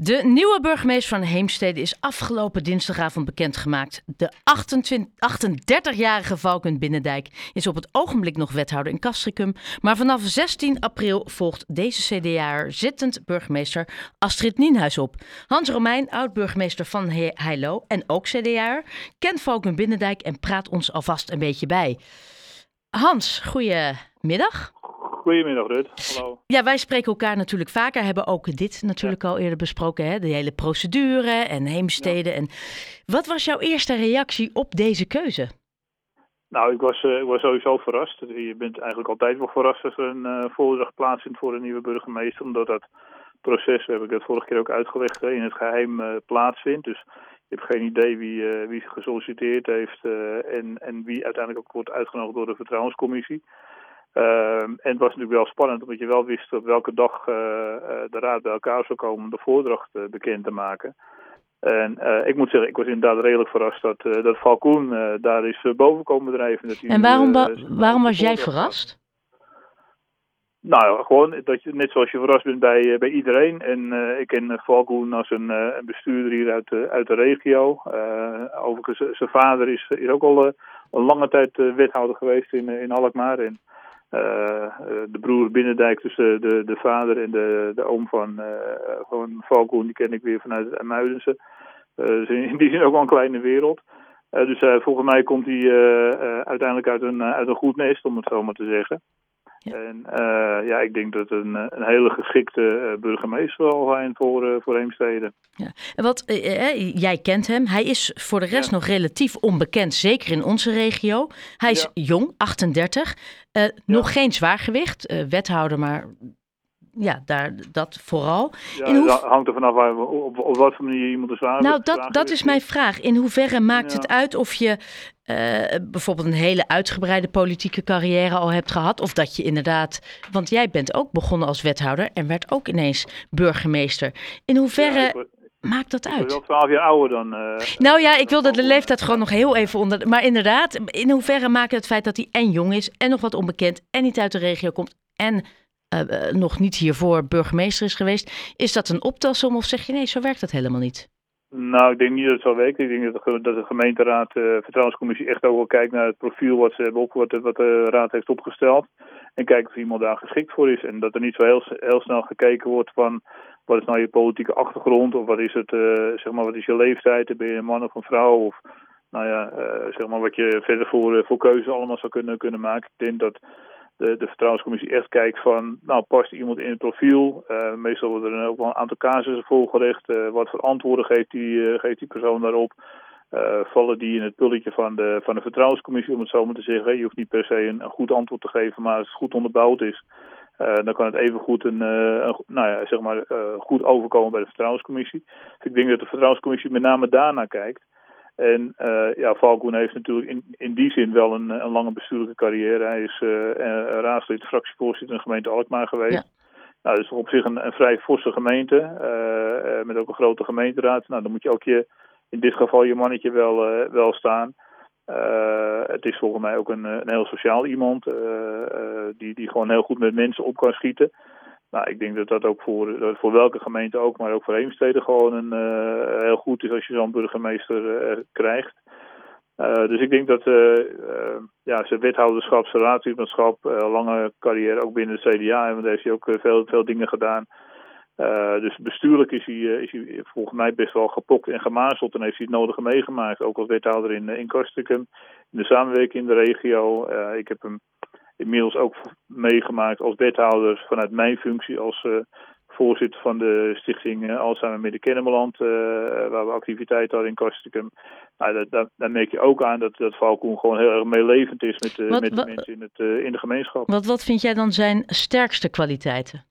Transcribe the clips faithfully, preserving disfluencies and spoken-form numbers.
De nieuwe burgemeester van Heemstede is afgelopen dinsdagavond bekendgemaakt. De achtendertigjarige Valken Binnendijk is op het ogenblik nog wethouder in Castricum. Maar vanaf zestien april volgt deze C D A'er zittend burgemeester Astrid Nienhuis op. Hans Romein, oud-burgemeester van He- Heilo en ook C D A'er, kent Valken Binnendijk en praat ons alvast een beetje bij. Hans, goedemiddag. Goedemiddag, Rut. Hallo. Ja, wij spreken elkaar natuurlijk vaker. Hebben ook dit natuurlijk ja. al eerder besproken. Hè? De hele procedure en Heemstede. Ja. En wat was jouw eerste reactie op deze keuze? Nou, ik was, uh, ik was sowieso verrast. Je bent eigenlijk altijd wel verrast als er een uh, voordracht plaatsvindt voor een nieuwe burgemeester. Omdat dat proces, heb ik het vorige keer ook uitgelegd, in het geheim uh, plaatsvindt. Dus je hebt geen idee wie, uh, wie gesolliciteerd heeft uh, en, en wie uiteindelijk ook wordt uitgenodigd door de vertrouwenscommissie. Uh, en het was natuurlijk wel spannend, omdat je wel wist op welke dag uh, de raad bij elkaar zou komen om de voordracht uh, bekend te maken. En uh, ik moet zeggen, ik was inderdaad redelijk verrast dat, uh, dat Valkoen uh, daar is uh, boven komen drijven. Dat en waarom, uh, ba- waarom was jij verrast? Nou, gewoon dat je, net zoals je verrast bent bij, uh, bij iedereen. En uh, ik ken uh, Valkoen als een, uh, een bestuurder hier uit, uh, uit de regio. Uh, overigens, zijn vader is, is ook al uh, een lange tijd uh, wethouder geweest in, uh, in Alkmaar. En Uh, de broer Binnendijk, dus de, de, de vader en de, de oom van, uh, van Valkoen, die ken ik weer vanuit het Muidense. Uh, dus in die zin ook wel een kleine wereld. Uh, dus uh, volgens mij komt hij uh, uh, uiteindelijk uit een, uh, uit een goed nest, om het zo maar te zeggen. Ja. En uh, ja, ik denk dat het een, een hele geschikte uh, burgemeester zal zijn voor, uh, voor Heemstede. Ja. En wat, uh, uh, jij kent hem. Hij is voor de rest ja. nog relatief onbekend, zeker in onze regio. Hij is ja. jong, achtendertig. Uh, ja. Nog geen zwaargewicht, uh, wethouder, maar ja, daar, dat vooral. Ja, in hoe... dat hangt er vanaf waar, op, op wat voor manier iemand een zwaargewicht. Nou, dat, dat is mijn vraag. In hoeverre maakt ja. het uit of je uh, bijvoorbeeld een hele uitgebreide politieke carrière al hebt gehad, of dat je inderdaad, want jij bent ook begonnen als wethouder en werd ook ineens burgemeester. In hoeverre ja, ik... maakt dat uit? Ik ben wel twaalf jaar ouder dan... Uh, nou ja, ik wilde de leeftijd gewoon nog heel even onder... Maar inderdaad, in hoeverre maakt het feit dat hij en jong is en nog wat onbekend en niet uit de regio komt en uh, uh, nog niet hiervoor burgemeester is geweest, is dat een optelsom of zeg je nee, zo werkt dat helemaal niet? Nou, ik denk niet dat het zo werkt. Ik denk dat de, dat de gemeenteraad, de uh, vertrouwenscommissie echt ook wel kijkt naar het profiel wat ze hebben op, wat de, wat de raad heeft opgesteld. En kijkt of iemand daar geschikt voor is. En dat er niet zo heel, heel snel gekeken wordt van wat is nou je politieke achtergrond of wat is het, uh, zeg maar, wat is je leeftijd? Ben je een man of een vrouw? Of nou ja, uh, zeg maar wat je verder voor, uh, voor keuzes allemaal zou kunnen, kunnen maken. Ik denk dat de, de vertrouwenscommissie echt kijkt van, nou, past iemand in het profiel? Uh, meestal worden er ook wel een aantal casussen voorgelegd. Uh, wat voor antwoorden geeft die, uh, geeft die persoon daarop? Uh, vallen die in het pulletje van de, van de vertrouwenscommissie, om het zo maar te zeggen. Je hoeft niet per se een, een goed antwoord te geven, maar als het goed onderbouwd is, uh, dan kan het even goed een, uh, een, nou ja, zeg maar, uh, goed overkomen bij de vertrouwenscommissie. Dus ik denk dat de vertrouwenscommissie met name daarnaar kijkt. En uh, ja, Valkoen heeft natuurlijk in, in die zin wel een, een lange bestuurlijke carrière. Hij is uh, uh, raadslid, fractievoorzitter in de gemeente Alkmaar geweest. Ja. Nou, dat is op zich een, een vrij forse gemeente, uh, uh, met ook een grote gemeenteraad. Nou, dan moet je ook je, in dit geval je mannetje wel, uh, wel staan. Uh, het is volgens mij ook een, een heel sociaal iemand, uh, uh, die, die gewoon heel goed met mensen op kan schieten. Nou, ik denk dat dat ook voor, voor welke gemeente ook, maar ook voor Heemstede gewoon een, uh, heel goed is als je zo'n burgemeester uh, krijgt. Uh, dus ik denk dat uh, uh, ja, zijn wethouderschap, zijn raadslidmaatschap, uh, lange carrière ook binnen de C D A, en daar heeft hij ook uh, veel, veel dingen gedaan. Uh, dus bestuurlijk is hij, uh, is hij volgens mij best wel gepokt en gemazeld en heeft hij het nodige meegemaakt. Ook als wethouder in, in Castricum, in de samenwerking in de regio. Uh, ik heb hem inmiddels ook meegemaakt als wethouder vanuit mijn functie als uh, voorzitter van de stichting uh, Alzheimer Midden-Kennemerland, uh, waar we activiteiten hadden in Castricum. Nou, dat, dat, daar merk je ook aan dat, dat Valkoen gewoon heel erg meelevend is met, uh, wat, met de wat, mensen in, het, uh, in de gemeenschap. Wat, wat vind jij dan zijn sterkste kwaliteiten?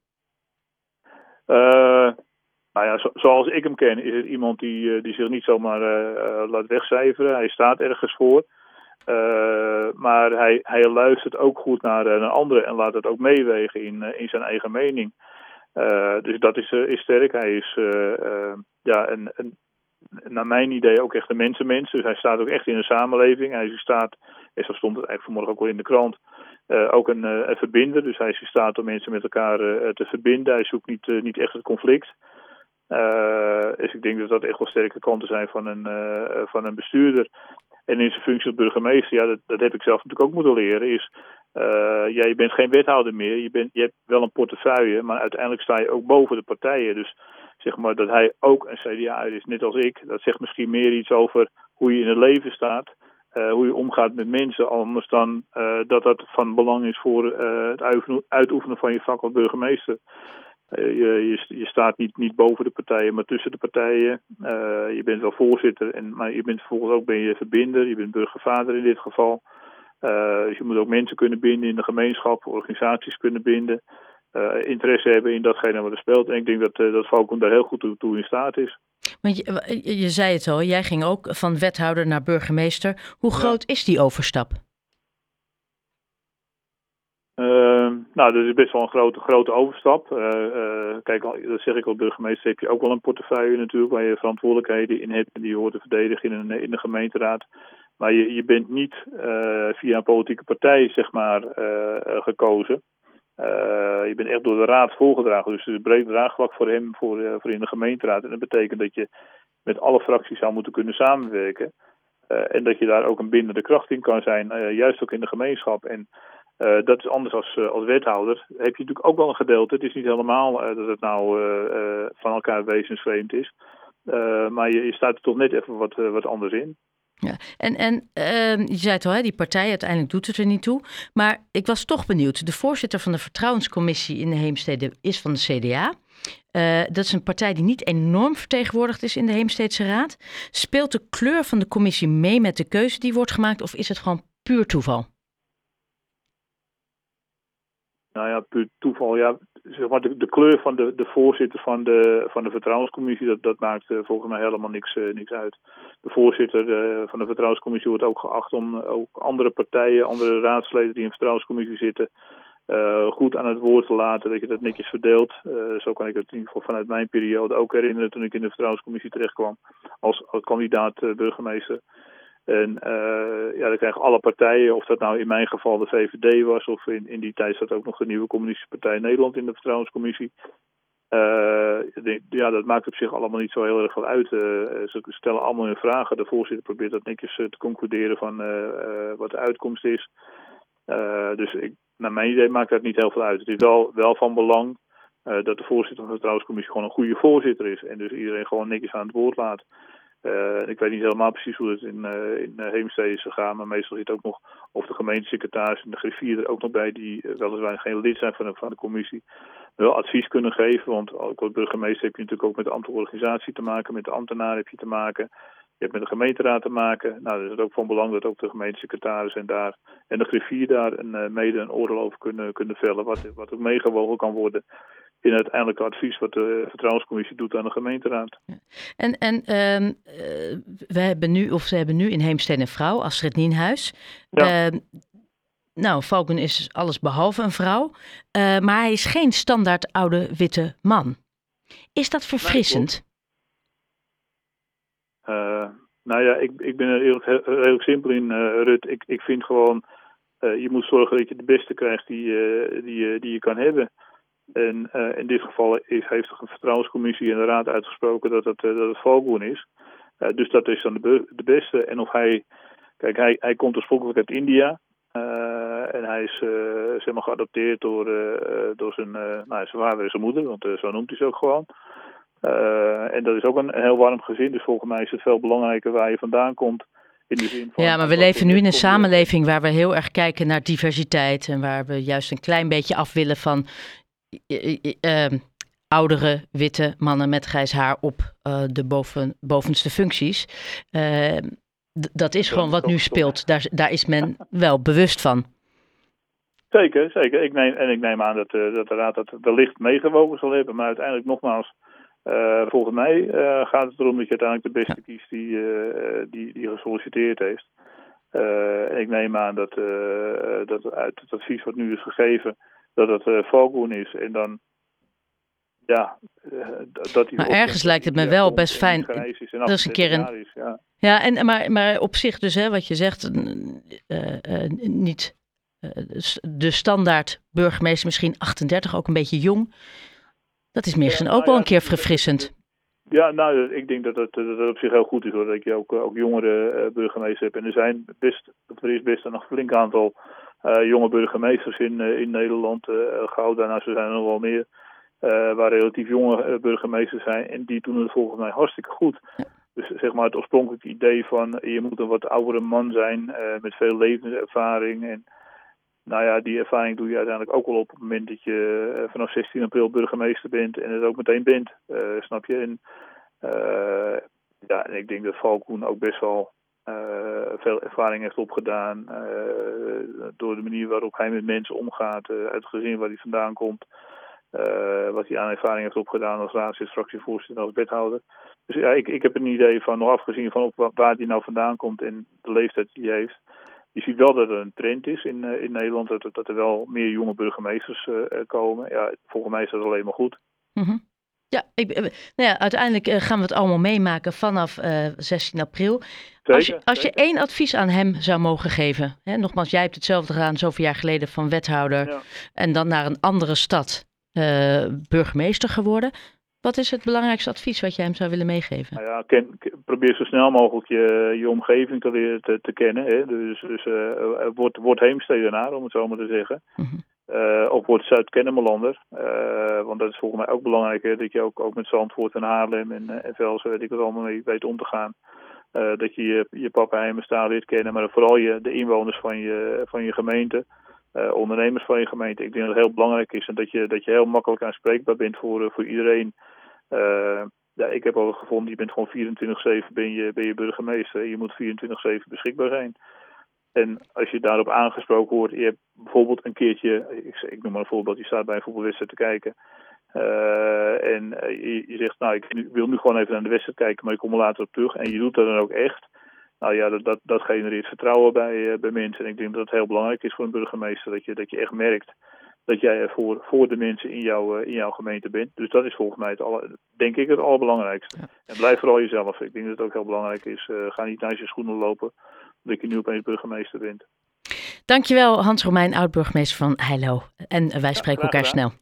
Uh, nou ja, zo, zoals ik hem ken is het iemand die, uh, die zich niet zomaar uh, laat wegcijferen. Hij staat ergens voor. Uh, maar hij, hij luistert ook goed naar, uh, naar anderen en laat het ook meewegen in, uh, in zijn eigen mening. Uh, dus dat is, uh, is sterk. Hij is uh, uh, ja, een, een, naar mijn idee ook echt een mensenmens. Dus hij staat ook echt in een samenleving. Hij staat, en zo stond het eigenlijk vanmorgen ook al in de krant, uh, ook een, uh, een verbinder. Dus hij is in staat om mensen met elkaar uh, te verbinden. Hij zoekt niet, uh, niet echt het conflict. Uh, dus ik denk dat dat echt wel sterke kanten zijn van een, uh, van een bestuurder. En in zijn functie als burgemeester, ja, dat, dat heb ik zelf natuurlijk ook moeten leren, is... Uh, ja, je bent geen wethouder meer. Je, bent, je hebt wel een portefeuille, maar uiteindelijk sta je ook boven de partijen. Dus zeg maar dat hij ook een C D A is, net als ik. Dat zegt misschien meer iets over hoe je in het leven staat. Uh, hoe je omgaat met mensen, anders dan uh, dat dat van belang is voor uh, het uitoefenen van je vak als burgemeester. Uh, je, je, je staat niet, niet boven de partijen, maar tussen de partijen. Uh, je bent wel voorzitter, en, maar je bent vervolgens ook ben je verbinder. Je bent burgervader in dit geval. Uh, dus je moet ook mensen kunnen binden in de gemeenschap, organisaties kunnen binden. Uh, interesse hebben in datgene wat er speelt. En ik denk dat, uh, dat Falcon daar heel goed toe, toe in staat is. Want je, je zei het al, jij ging ook van wethouder naar burgemeester. Hoe groot ja. is die overstap? Uh, nou, dat is best wel een grote, grote overstap. Uh, uh, kijk, dat zeg ik al, burgemeester heb je ook wel een portefeuille natuurlijk, waar je verantwoordelijkheden in hebt en die je hoort te verdedigen in een, in de gemeenteraad. Maar je, je bent niet uh, via een politieke partij, zeg maar, uh, gekozen. Uh, je bent echt door de raad voorgedragen. Dus het is een breed draagvlak voor hem, voor, uh, voor in de gemeenteraad. En dat betekent dat je met alle fracties zou moeten kunnen samenwerken. Uh, en dat je daar ook een bindende kracht in kan zijn, uh, juist ook in de gemeenschap. En uh, dat is anders als, uh, als wethouder. Heb je natuurlijk ook wel een gedeelte. Het is niet helemaal uh, dat het nou uh, uh, van elkaar wezensvreemd is. Uh, maar je, je staat er toch net even wat, uh, wat anders in. Ja, en, en uh, je zei het al, hè, die partij uiteindelijk doet het er niet toe. Maar ik was toch benieuwd. De voorzitter van de vertrouwenscommissie in de Heemstede is van de C D A. Uh, dat is een partij die niet enorm vertegenwoordigd is in de Heemsteedse Raad. Speelt de kleur van de commissie mee met de keuze die wordt gemaakt, of is het gewoon puur toeval? Nou ja, puur toeval. Ja, zeg maar de, de kleur van de, de voorzitter van de, van de vertrouwenscommissie, dat, dat maakt uh, volgens mij helemaal niks, uh, niks uit. De voorzitter uh, van de vertrouwenscommissie wordt ook geacht om uh, ook andere partijen, andere raadsleden die in de vertrouwenscommissie zitten, uh, goed aan het woord te laten, dat je dat netjes verdeelt. Uh, zo kan ik het in ieder geval vanuit mijn periode ook herinneren toen ik in de vertrouwenscommissie terechtkwam als, als kandidaat uh, burgemeester. En uh, ja, dan krijgen alle partijen, of dat nou in mijn geval de V V D was, of in, in die tijd zat ook nog de nieuwe Communistische Partij Nederland in de vertrouwenscommissie. Uh, ja, dat maakt op zich allemaal niet zo heel erg veel uit. Uh, ze stellen allemaal hun vragen. De voorzitter probeert dat netjes uh, te concluderen van uh, uh, wat de uitkomst is. Uh, dus ik, naar mijn idee maakt dat niet heel veel uit. Het is wel, wel van belang uh, dat de voorzitter van de vertrouwenscommissie gewoon een goede voorzitter is. En dus iedereen gewoon netjes aan het woord laat. Uh, ik weet niet helemaal precies hoe het in, uh, in uh, Heemstede is gegaan, maar meestal zit ook nog of de gemeentesecretaris en de griffier er ook nog bij die uh, weliswaar geen lid zijn van de, van de commissie, wel advies kunnen geven. Want ook als burgemeester heb je natuurlijk ook met de ambtelijke organisatie te maken, met de ambtenaar heb je te maken, je hebt met de gemeenteraad te maken. Nou, dan is het ook van belang dat ook de gemeentesecretaris en, daar, en de griffier daar een, uh, mede een oordeel over kunnen, kunnen vellen, wat, wat ook meegewogen kan worden in het uiteindelijke advies wat de vertrouwenscommissie doet aan de gemeenteraad. Ja. En, en uh, uh, we hebben nu, of ze hebben nu in Heemstede een vrouw, Astrid Nienhuis. Ja. Uh, nou, Falcon is alles behalve een vrouw, uh, maar hij is geen standaard oude witte man. Is dat verfrissend? Nee, uh, nou ja, ik, ik ben er heel, heel simpel in, uh, Rut. Ik, ik vind gewoon, uh, je moet zorgen dat je de beste krijgt die, uh, die, die je kan hebben. En uh, in dit geval is, heeft de vertrouwenscommissie en de raad uitgesproken dat het, uh, dat het Falcon is. Uh, dus dat is dan de, be- de beste. En of hij, kijk, hij, hij komt oorspronkelijk uit India. Uh, en hij is uh, zeg maar geadopteerd door, uh, door zijn, uh, nou, zijn vader en zijn moeder, want uh, zo noemt hij ze ook gewoon. Uh, en dat is ook een, een heel warm gezin, dus volgens mij is het veel belangrijker waar je vandaan komt. In de zin van, ja, maar we leven nu in een samenleving waar we heel erg kijken naar diversiteit en waar we juist een klein beetje af willen van Uh, uh, oudere witte mannen met grijs haar op uh, de boven, bovenste functies. Uh, d- dat is gewoon wat nu speelt. Daar, daar is men wel bewust van. Zeker, zeker. Ik neem, en ik neem aan dat, uh, dat de raad dat wellicht meegewogen zal hebben. Maar uiteindelijk nogmaals, uh, volgens mij uh, gaat het erom dat je uiteindelijk de beste ja. kiest die, uh, die, die gesolliciteerd heeft. Uh, en ik neem aan dat, uh, dat uit het advies wat nu is gegeven, dat het uh, Falcon is. En dan, ja, uh, dat die. Maar ergens lijkt het me wel best fijn. Is dat is een keer een. Is, ja, ja en, maar, maar op zich dus, hè, wat je zegt, uh, uh, niet uh, de standaard burgemeester, misschien achtendertig, ook een beetje jong. Dat is misschien ja, ook nou wel ja, een keer verfrissend. Ja, nou, ik denk dat het, dat het op zich heel goed is hoor, dat je ook, ook jongere uh, burgemeesters hebt. En er zijn best, er is best een flink aantal uh, jonge burgemeesters in, uh, in Nederland. Uh, Gouda, nou, ze zijn er nog wel meer. Uh, waar relatief jonge uh, burgemeesters zijn. En die doen het volgens mij hartstikke goed. Ja. Dus zeg maar het oorspronkelijke idee van je moet een wat oudere man zijn uh, met veel levenservaring. En nou ja, die ervaring doe je uiteindelijk ook wel op het moment dat je uh, vanaf zestien april burgemeester bent en het ook meteen bent. Uh, snap je? En uh, ja, en ik denk dat Valkoen ook best wel uh, veel ervaring heeft opgedaan. Uh, door de manier waarop hij met mensen omgaat, uh, uit het gezin waar hij vandaan komt. Uh, wat hij aan ervaring heeft opgedaan als raadslid, fractievoorzitter en als wethouder. Dus ja, ik, ik heb een idee van, nog afgezien van op waar hij nou vandaan komt en de leeftijd die hij heeft. Je ziet wel dat er een trend is in, uh, in Nederland, dat, dat er wel meer jonge burgemeesters uh, komen. Ja, volgens mij is dat alleen maar goed. Mm-hmm. Ja, ik, nou ja, uiteindelijk uh, gaan we het allemaal meemaken vanaf uh, zestien april. Zeker, als je, als je één advies aan hem zou mogen geven, hè, nogmaals, jij hebt hetzelfde gedaan zoveel jaar geleden van wethouder ja. en dan naar een andere stad uh, burgemeester geworden. Wat is het belangrijkste advies wat jij hem zou willen meegeven? Nou ja, ken, probeer zo snel mogelijk je, je omgeving te leren te, te kennen. Hè? Dus, dus uh, word, word Heemstedenaar, om het zo maar te zeggen. Mm-hmm. Uh, of word Zuid-Kennemerlander. Uh, want dat is volgens mij ook belangrijk. Hè? Dat je ook, ook met Zandvoort en Haarlem en, en Velsen, weet ik wat allemaal mee weet om te gaan. Uh, dat je je, je papa Heemestaal leert kennen. Maar vooral je, de inwoners van je, van je gemeente. Uh, ondernemers van je gemeente. Ik denk dat het heel belangrijk is. En dat je, dat je heel makkelijk aanspreekbaar bent voor, uh, voor iedereen. Uh, ja, ik heb al gevonden, je bent gewoon vierentwintig zeven ben je, ben je burgemeester. Je moet vierentwintig zeven beschikbaar zijn. En als je daarop aangesproken wordt, je hebt bijvoorbeeld een keertje, ik, ik noem maar een voorbeeld, je staat bij een voetbalwedstrijd te kijken. Uh, en uh, je, je zegt, nou, ik wil nu gewoon even naar de wedstrijd kijken, maar ik kom er later op terug. En je doet dat dan ook echt. Nou ja, dat, dat, dat genereert vertrouwen bij, uh, bij mensen. En ik denk dat het heel belangrijk is voor een burgemeester, dat je, dat je echt merkt dat jij er voor, voor de mensen in, jou, uh, in jouw gemeente bent. Dus dat is volgens mij het alle, denk ik het allerbelangrijkste. Ja. En blijf vooral jezelf. Ik denk dat het ook heel belangrijk is. Uh, ga niet naar je schoenen lopen, dat je nu opeens burgemeester bent. Dankjewel Hans Romein, oud-burgemeester van Heilo. En wij spreken ja, elkaar snel.